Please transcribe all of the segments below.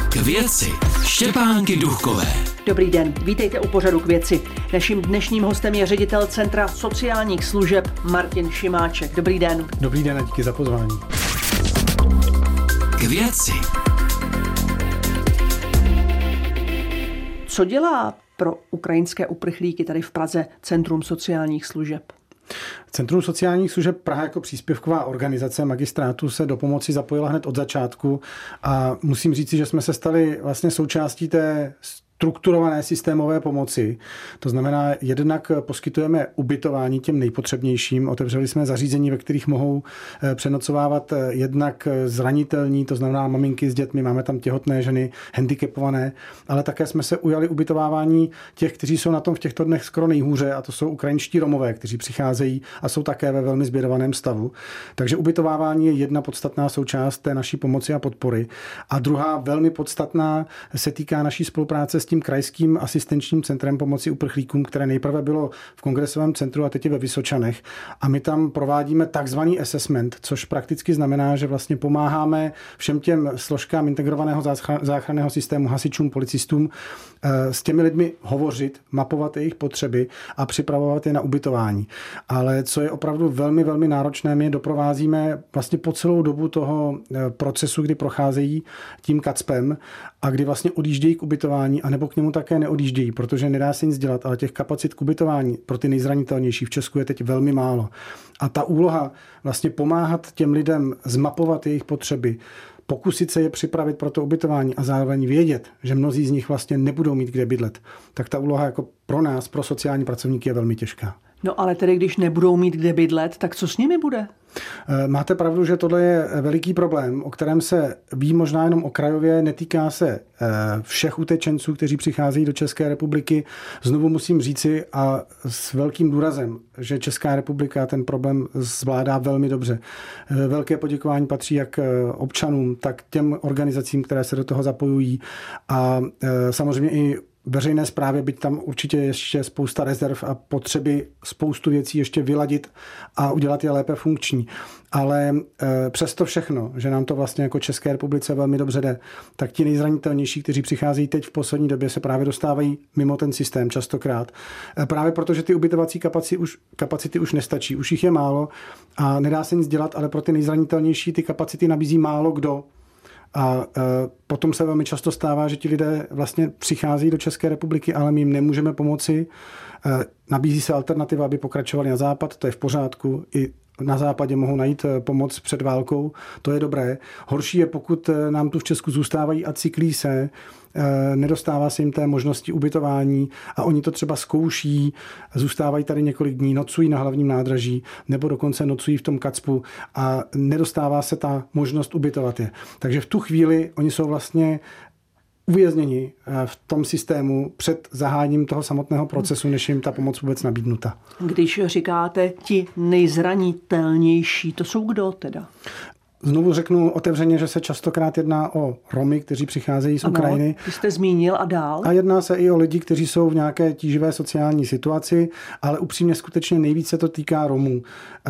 K věci Štěpánky Duchkové. Dobrý den, vítejte u pořadu K věci. Naším dnešním hostem je ředitel Centra sociálních služeb Martin Šimáček. Dobrý den. Dobrý den a díky za pozvání. K věci. Co dělá pro ukrajinské uprchlíky tady v Praze Centrum sociálních služeb? Centrum sociálních služeb Praha jako příspěvková organizace magistrátu se do pomoci zapojila hned od začátku a musím říci, že jsme se stali vlastně součástí té strukturované systémové pomoci. To znamená, jednak poskytujeme ubytování těm nejpotřebnějším. Otevřeli jsme zařízení, ve kterých mohou přenocovávat jednak zranitelní, to znamená maminky s dětmi, máme tam těhotné ženy, handicapované, ale také jsme se ujali ubytovávání těch, kteří jsou na tom v těchto dnech skoro nejhůře, a to jsou ukrajinští Romové, kteří přicházejí a jsou také ve velmi zbědovaném stavu. Takže ubytovávání je jedna podstatná součást té naší pomoci a podpory. A druhá velmi podstatná se týká naší spolupráce s tím krajským asistenčním centrem pomoci uprchlíkům, které nejprve bylo v Kongresovém centru a teď je ve Vysočanech. A my tam provádíme takzvaný assessment, což prakticky znamená, že vlastně pomáháme všem těm složkám integrovaného záchranného systému, hasičům, policistům, s těmi lidmi hovořit, mapovat jejich potřeby a připravovat je na ubytování. Ale co je opravdu velmi, velmi náročné, my je doprovázíme vlastně po celou dobu toho procesu, kdy procházejí tím KACPem a kdy vlastně odjíždějí k ubytování, anebo k němu také neodjíždějí, protože nedá se nic dělat, ale těch kapacit k ubytování pro ty nejzranitelnější v Česku je teď velmi málo. A ta úloha vlastně pomáhat těm lidem zmapovat jejich potřeby, pokusit se je připravit pro to ubytování a zároveň vědět, že mnozí z nich vlastně nebudou mít kde bydlet, tak ta úloha jako pro nás, pro sociální pracovníky je velmi těžká. No ale tedy, když nebudou mít kde bydlet, tak co s nimi bude? Máte pravdu, že tohle je veliký problém, o kterém se ví možná jenom okrajově, netýká se všech utečenců, kteří přicházejí do České republiky. Znovu musím říci a s velkým důrazem, že Česká republika ten problém zvládá velmi dobře. Velké poděkování patří jak občanům, tak těm organizacím, které se do toho zapojují a samozřejmě i veřejné správě, byť tam určitě ještě spousta rezerv a potřeby spoustu věcí ještě vyladit a udělat je lépe funkční. Ale přesto všechno, že nám to vlastně jako České republice velmi dobře jde, tak ti nejzranitelnější, kteří přicházejí teď v poslední době, se právě dostávají mimo ten systém častokrát. Právě protože ty ubytovací kapacity už nestačí, už jich je málo a nedá se nic dělat, ale pro ty nejzranitelnější ty kapacity nabízí málo kdo. A potom se velmi často stává, že ti lidé vlastně přichází do České republiky, ale my jim nemůžeme pomoci. Nabízí se alternativa, aby pokračovali na západ, to je v pořádku. I na západě mohou najít pomoc před válkou, to je dobré. Horší je, pokud nám tu v Česku zůstávají a cyklí se, nedostává se jim té možnosti ubytování a oni to třeba zkouší, zůstávají tady několik dní, nocují na hlavním nádraží nebo dokonce nocují v tom KACPu a nedostává se ta možnost ubytovat je. Takže v tu chvíli oni jsou vlastně uvězněni v tom systému před zahájením toho samotného procesu, než jim ta pomoc vůbec nabídnuta. Když říkáte ti nejzranitelnější, to jsou kdo teda? Znovu řeknu otevřeně, že se častokrát jedná o Romy, kteří přicházejí z Ukrajiny. Ty jste zmínil a dál. A jedná se i o lidi, kteří jsou v nějaké tíživé sociální situaci, ale upřímně skutečně nejvíce to týká Romů.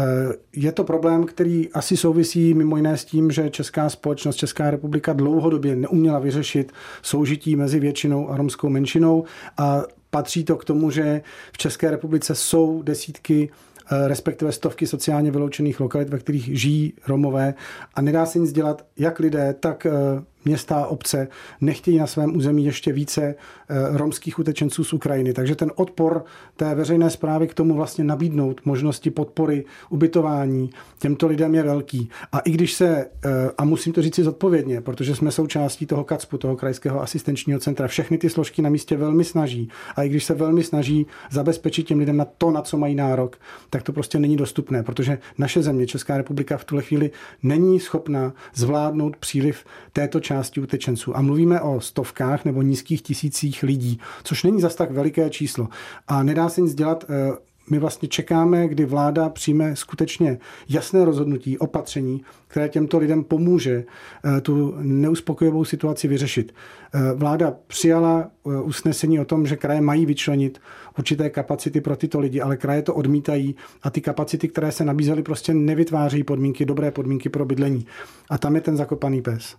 Je to problém, který asi souvisí mimo jiné s tím, že česká společnost, Česká republika dlouhodobě neuměla vyřešit soužití mezi většinou a romskou menšinou a patří to k tomu, že v České republice jsou desítky respektive stovky sociálně vyloučených lokalit, ve kterých žijí Romové a nedá se nic dělat, jak lidé, tak města a obce nechtějí na svém území ještě více romských utečenců z Ukrajiny. Takže ten odpor té veřejné správy k tomu vlastně nabídnout možnosti podpory, ubytování těmto lidem je velký. A i když se, a musím to říct si zodpovědně, protože jsme součástí toho KACPu, toho krajského asistenčního centra, všechny ty složky na místě velmi snaží. A i když se velmi snaží zabezpečit těm lidem na to, na co mají nárok, tak to prostě není dostupné, protože naše země, Česká republika v tuhle chvíli není schopna zvládnout příliv této části utečenců. A mluvíme o stovkách nebo nízkých tisících lidí, což není zas tak veliké číslo. A nedá se nic dělat. My vlastně čekáme, kdy vláda přijme skutečně jasné rozhodnutí, opatření, které těmto lidem pomůže tu neuspokojivou situaci vyřešit. Vláda přijala usnesení o tom, že kraje mají vyčlenit určité kapacity pro tyto lidi, ale kraje to odmítají a ty kapacity, které se nabízely, prostě nevytváří podmínky, dobré podmínky pro bydlení. A tam je ten zakopaný pes.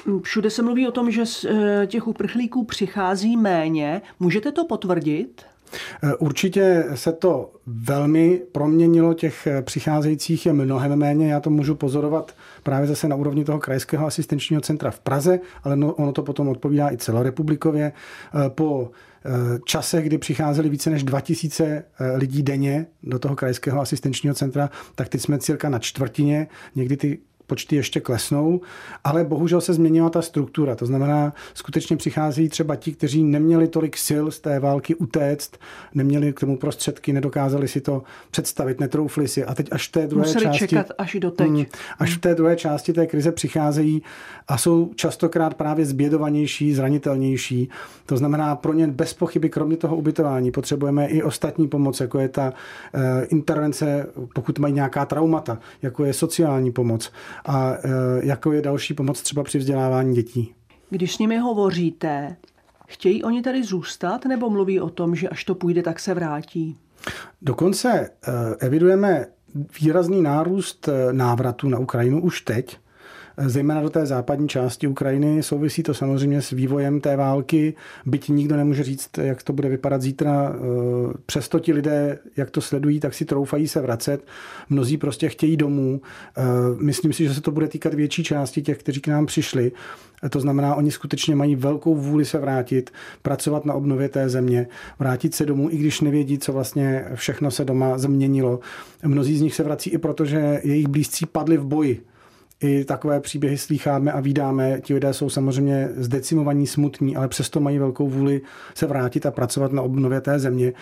Všude se mluví o tom, že z těch uprchlíků přichází méně. Můžete to potvrdit? Určitě se to velmi proměnilo, těch přicházejících je mnohem méně. Já to můžu pozorovat právě zase na úrovni toho krajského asistenčního centra v Praze, ale ono to potom odpovídá i celorepublikově. Po časech, kdy přicházeli více než 2000 lidí denně do toho krajského asistenčního centra, tak teď jsme cirka na čtvrtině, někdy ty počty ještě klesnou, ale bohužel se změnila ta struktura. To znamená, skutečně přicházejí třeba ti, kteří neměli tolik sil z té války utéct, neměli k tomu prostředky, nedokázali si to představit, netroufli si. A teď až v té druhé museli části, čekat až do teď. Až v té druhé části té krize přicházejí a jsou častokrát právě zbědovanější, zranitelnější. To znamená, pro ně bez pochyby, kromě toho ubytování, potřebujeme i ostatní pomoc, jako je ta intervence, pokud mají nějaká traumata, jako je sociální pomoc a jako je další pomoc třeba při vzdělávání dětí. Když s nimi hovoříte, chtějí oni tady zůstat nebo mluví o tom, že až to půjde, tak se vrátí? Dokonce evidujeme výrazný nárůst návratu na Ukrajinu už teď, zejména do té západní části Ukrajiny. Souvisí to samozřejmě s vývojem té války, byť nikdo nemůže říct, jak to bude vypadat zítra. Přesto ti lidé, jak to sledují, tak si troufají se vracet. Mnozí prostě chtějí domů. Myslím si, že se to bude týkat větší části těch, kteří k nám přišli. To znamená, oni skutečně mají velkou vůli se vrátit, pracovat na obnově té země, vrátit se domů, i když nevědí, co vlastně všechno se doma změnilo. Mnozí z nich se vrací i proto, že jejich blízcí padli v boji. I takové příběhy slýcháme a vídáme. Ti lidé jsou samozřejmě zdecimovaní, smutní, ale přesto mají velkou vůli se vrátit a pracovat na obnově té země.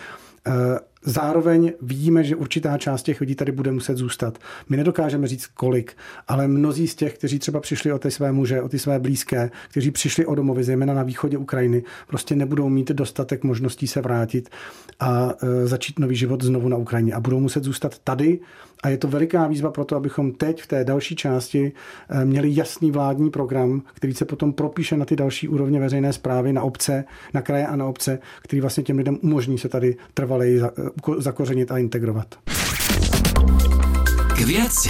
Zároveň vidíme, že určitá část těch lidí tady bude muset zůstat. My nedokážeme říct kolik, ale mnozí z těch, kteří třeba přišli o ty své muže, o ty své blízké, kteří přišli o domovy, zejména na východě Ukrajiny, prostě nebudou mít dostatek možností se vrátit a začít nový život znovu na Ukrajině a budou muset zůstat tady. A je to veliká výzva pro to, abychom teď v té další části měli jasný vládní program, který se potom propíše na ty další úrovně veřejné správy, na obce, na kraje a na obce, který vlastně těm lidem umožní se tady trvaleji zakořenit a integrovat. K věci.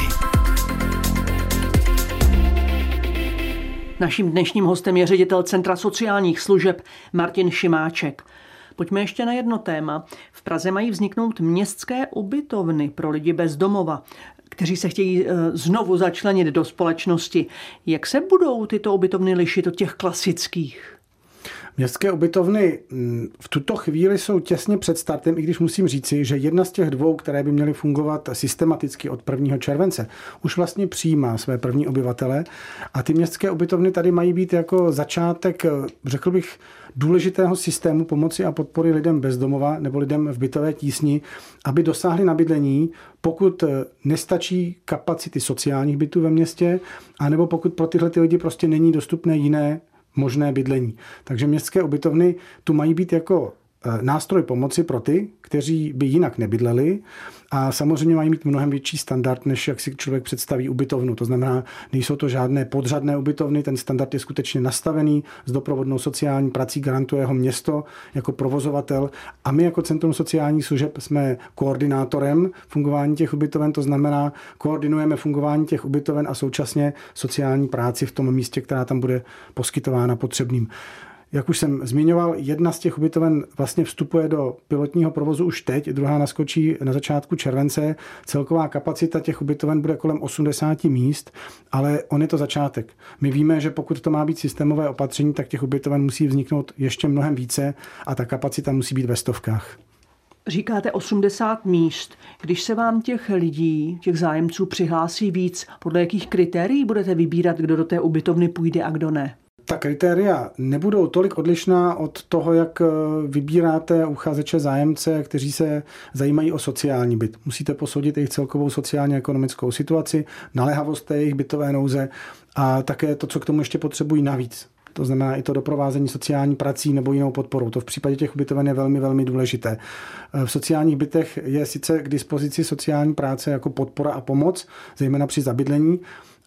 Naším dnešním hostem je ředitel Centra sociálních služeb Martin Šimáček. Pojďme ještě na jedno téma. V Praze mají vzniknout městské ubytovny pro lidi bez domova, kteří se chtějí znovu začlenit do společnosti. Jak se budou tyto ubytovny lišit od těch klasických? Městské ubytovny v tuto chvíli jsou těsně před startem, i když musím říci, že jedna z těch dvou, které by měly fungovat systematicky od 1. července, už vlastně přijímá své první obyvatele. A ty městské ubytovny tady mají být jako začátek, řekl bych, důležitého systému pomoci a podpory lidem bez domova nebo lidem v bytové tísni, aby dosáhli na bydlení, pokud nestačí kapacity sociálních bytů ve městě, anebo pokud pro tyhle ty lidi prostě není dostupné jiné možné bydlení. Takže městské ubytovny tu mají být jako nástroj pomoci pro ty, kteří by jinak nebydleli a samozřejmě mají mít mnohem větší standard, než jak si člověk představí ubytovnu. To znamená, nejsou to žádné podřadné ubytovny, ten standard je skutečně nastavený, s doprovodnou sociální prací garantuje ho město jako provozovatel a my jako Centrum sociálních služeb jsme koordinátorem fungování těch ubytoven, to znamená, koordinujeme fungování těch ubytoven a současně sociální práci v tom místě, která tam bude poskytována potřebným. Jak už jsem zmiňoval, jedna z těch ubytoven vlastně vstupuje do pilotního provozu už teď, druhá naskočí na začátku července. Celková kapacita těch ubytoven bude kolem 80 míst, ale on je to začátek. My víme, že pokud to má být systémové opatření, tak těch ubytoven musí vzniknout ještě mnohem více a ta kapacita musí být ve stovkách. Říkáte 80 míst. Když se vám těch lidí, těch zájemců přihlásí víc, podle jakých kritérií budete vybírat, kdo do té ubytovny půjde a kdo ne? Ta kritéria nebudou tolik odlišná od toho, jak vybíráte uchazeče zájemce, kteří se zajímají o sociální byt. Musíte posoudit jejich celkovou sociálně-ekonomickou situaci, naléhavost té jejich bytové nouze a také to, co k tomu ještě potřebují navíc. To znamená i to doprovázení sociální prací nebo jinou podporou. To v případě těch ubytoven je velmi, velmi důležité. V sociálních bytech je sice k dispozici sociální práce jako podpora a pomoc, zejména při zabydlení,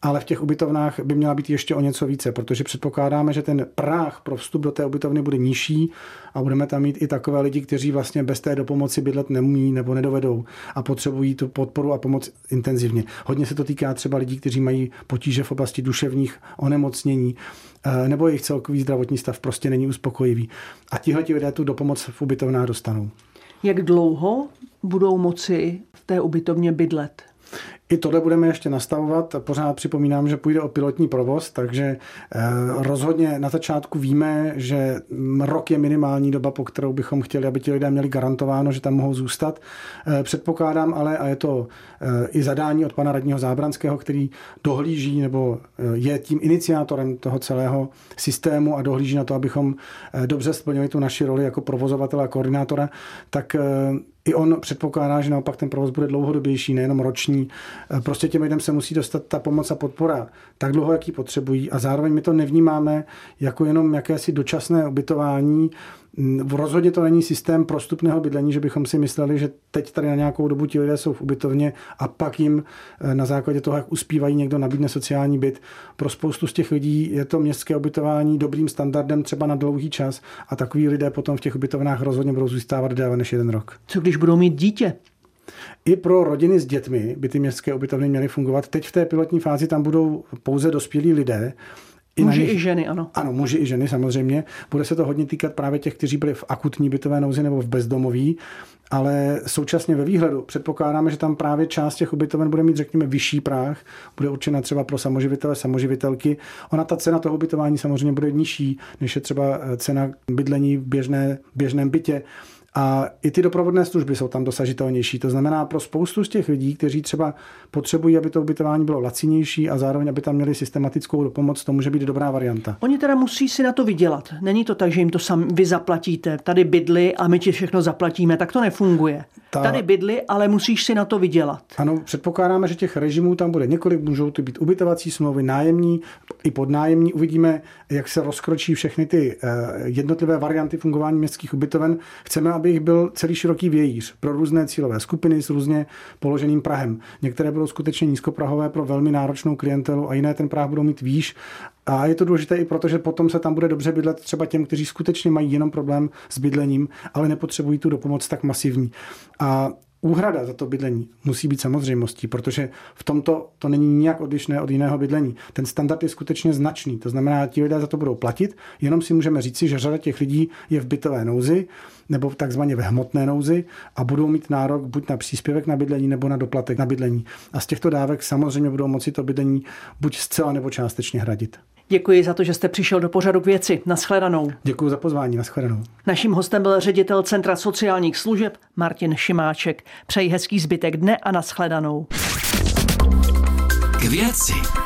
ale v těch ubytovnách by měla být ještě o něco více, protože předpokládáme, že ten práh pro vstup do té ubytovny bude nižší a budeme tam mít i takové lidi, kteří vlastně bez té dopomoci bydlet neumí nebo nedovedou a potřebují tu podporu a pomoc intenzivně. Hodně se to týká třeba lidí, kteří mají potíže v oblasti duševních onemocnění nebo jejich celkový zdravotní stav prostě není uspokojivý. A tihleti lidé tu dopomoc v ubytovnách dostanou. Jak dlouho budou moci v té ubytovně bydlet? I tohle budeme ještě nastavovat. Pořád připomínám, že půjde o pilotní provoz, takže rozhodně na začátku víme, že rok je minimální doba, po kterou bychom chtěli, aby ti lidé měli garantováno, že tam mohou zůstat. Předpokládám ale, a je to i zadání od pana radního Zábranského, který dohlíží nebo je tím iniciátorem toho celého systému a dohlíží na to, abychom dobře splnili tu naši roli jako provozovatele a koordinátora, tak i on předpokládá, že naopak ten provoz bude dlouhodobější, nejenom roční. Prostě těm lidem se musí dostat ta pomoc a podpora tak dlouho, jak ji potřebují a zároveň my to nevnímáme jako jenom jakési dočasné ubytování. Rozhodně to není systém prostupného bydlení, že bychom si mysleli, že teď tady na nějakou dobu ti lidé jsou v ubytovně a pak jim na základě toho, jak uspívají, někdo nabídne sociální byt. Pro spoustu z těch lidí je to městské ubytování dobrým standardem třeba na dlouhý čas a takový lidé potom v těch ubytovnách rozhodně budou zůstávat déle než 1 rok. Co když budou mít dítě? I pro rodiny s dětmi by ty městské ubytovny měly fungovat. Teď v té pilotní fázi tam budou pouze dospělí lidé. Muži i ženy, ano. Ano, muži i ženy samozřejmě. Bude se to hodně týkat právě těch, kteří byli v akutní bytové nouzi nebo v bezdomoví, ale současně ve výhledu předpokládáme, že tam právě část těch ubytoven bude mít, řekněme, vyšší práh, bude určena třeba pro samoživitele, samoživitelky. Ona ta cena toho ubytování samozřejmě bude nižší, než je třeba cena bydlení v běžném bytě. A i ty doprovodné služby jsou tam dosažitelnější. To znamená pro spoustu z těch lidí, kteří třeba potřebují, aby to ubytování bylo lacinější a zároveň, aby tam měli systematickou pomoc, to může být dobrá varianta. Oni teda musí si na to vydělat. Není to tak, že jim to vy zaplatíte. Tady bydli a my ti všechno zaplatíme. Tak to nefunguje. Tady bydli, ale musíš si na to vydělat. Ano, předpokládáme, že těch režimů tam bude několik, můžou to být ubytovací smlouvy, nájemní i podnájemní. Uvidíme, jak se rozkročí všechny ty jednotlivé varianty fungování městských ubytoven. Chceme, aby jich byl celý široký vějíř pro různé cílové skupiny s různě položeným prahem. Některé budou skutečně nízkoprahové pro velmi náročnou klientelu a jiné ten práh budou mít výš. A je to důležité i proto, že potom se tam bude dobře bydlet třeba těm, kteří skutečně mají jenom problém s bydlením, ale nepotřebují tu dopomoc tak masivní. A úhrada za to bydlení musí být samozřejmostí, protože v tomto to není nijak odlišné od jiného bydlení. Ten standard je skutečně značný, to znamená, ti lidé za to budou platit, jenom si můžeme říci, že řada těch lidí je v bytové nouzi nebo takzvaně ve hmotné nouzi a budou mít nárok buď na příspěvek na bydlení nebo na doplatek na bydlení. A z těchto dávek samozřejmě budou moci to bydlení buď zcela nebo částečně hradit. Děkuji za to, že jste přišel do pořadu K věci. Naschledanou. Děkuji za pozvání. Naschledanou. Naším hostem byl ředitel Centra sociálních služeb Martin Šimáček. Přeji hezký zbytek dne a naschledanou. K věci.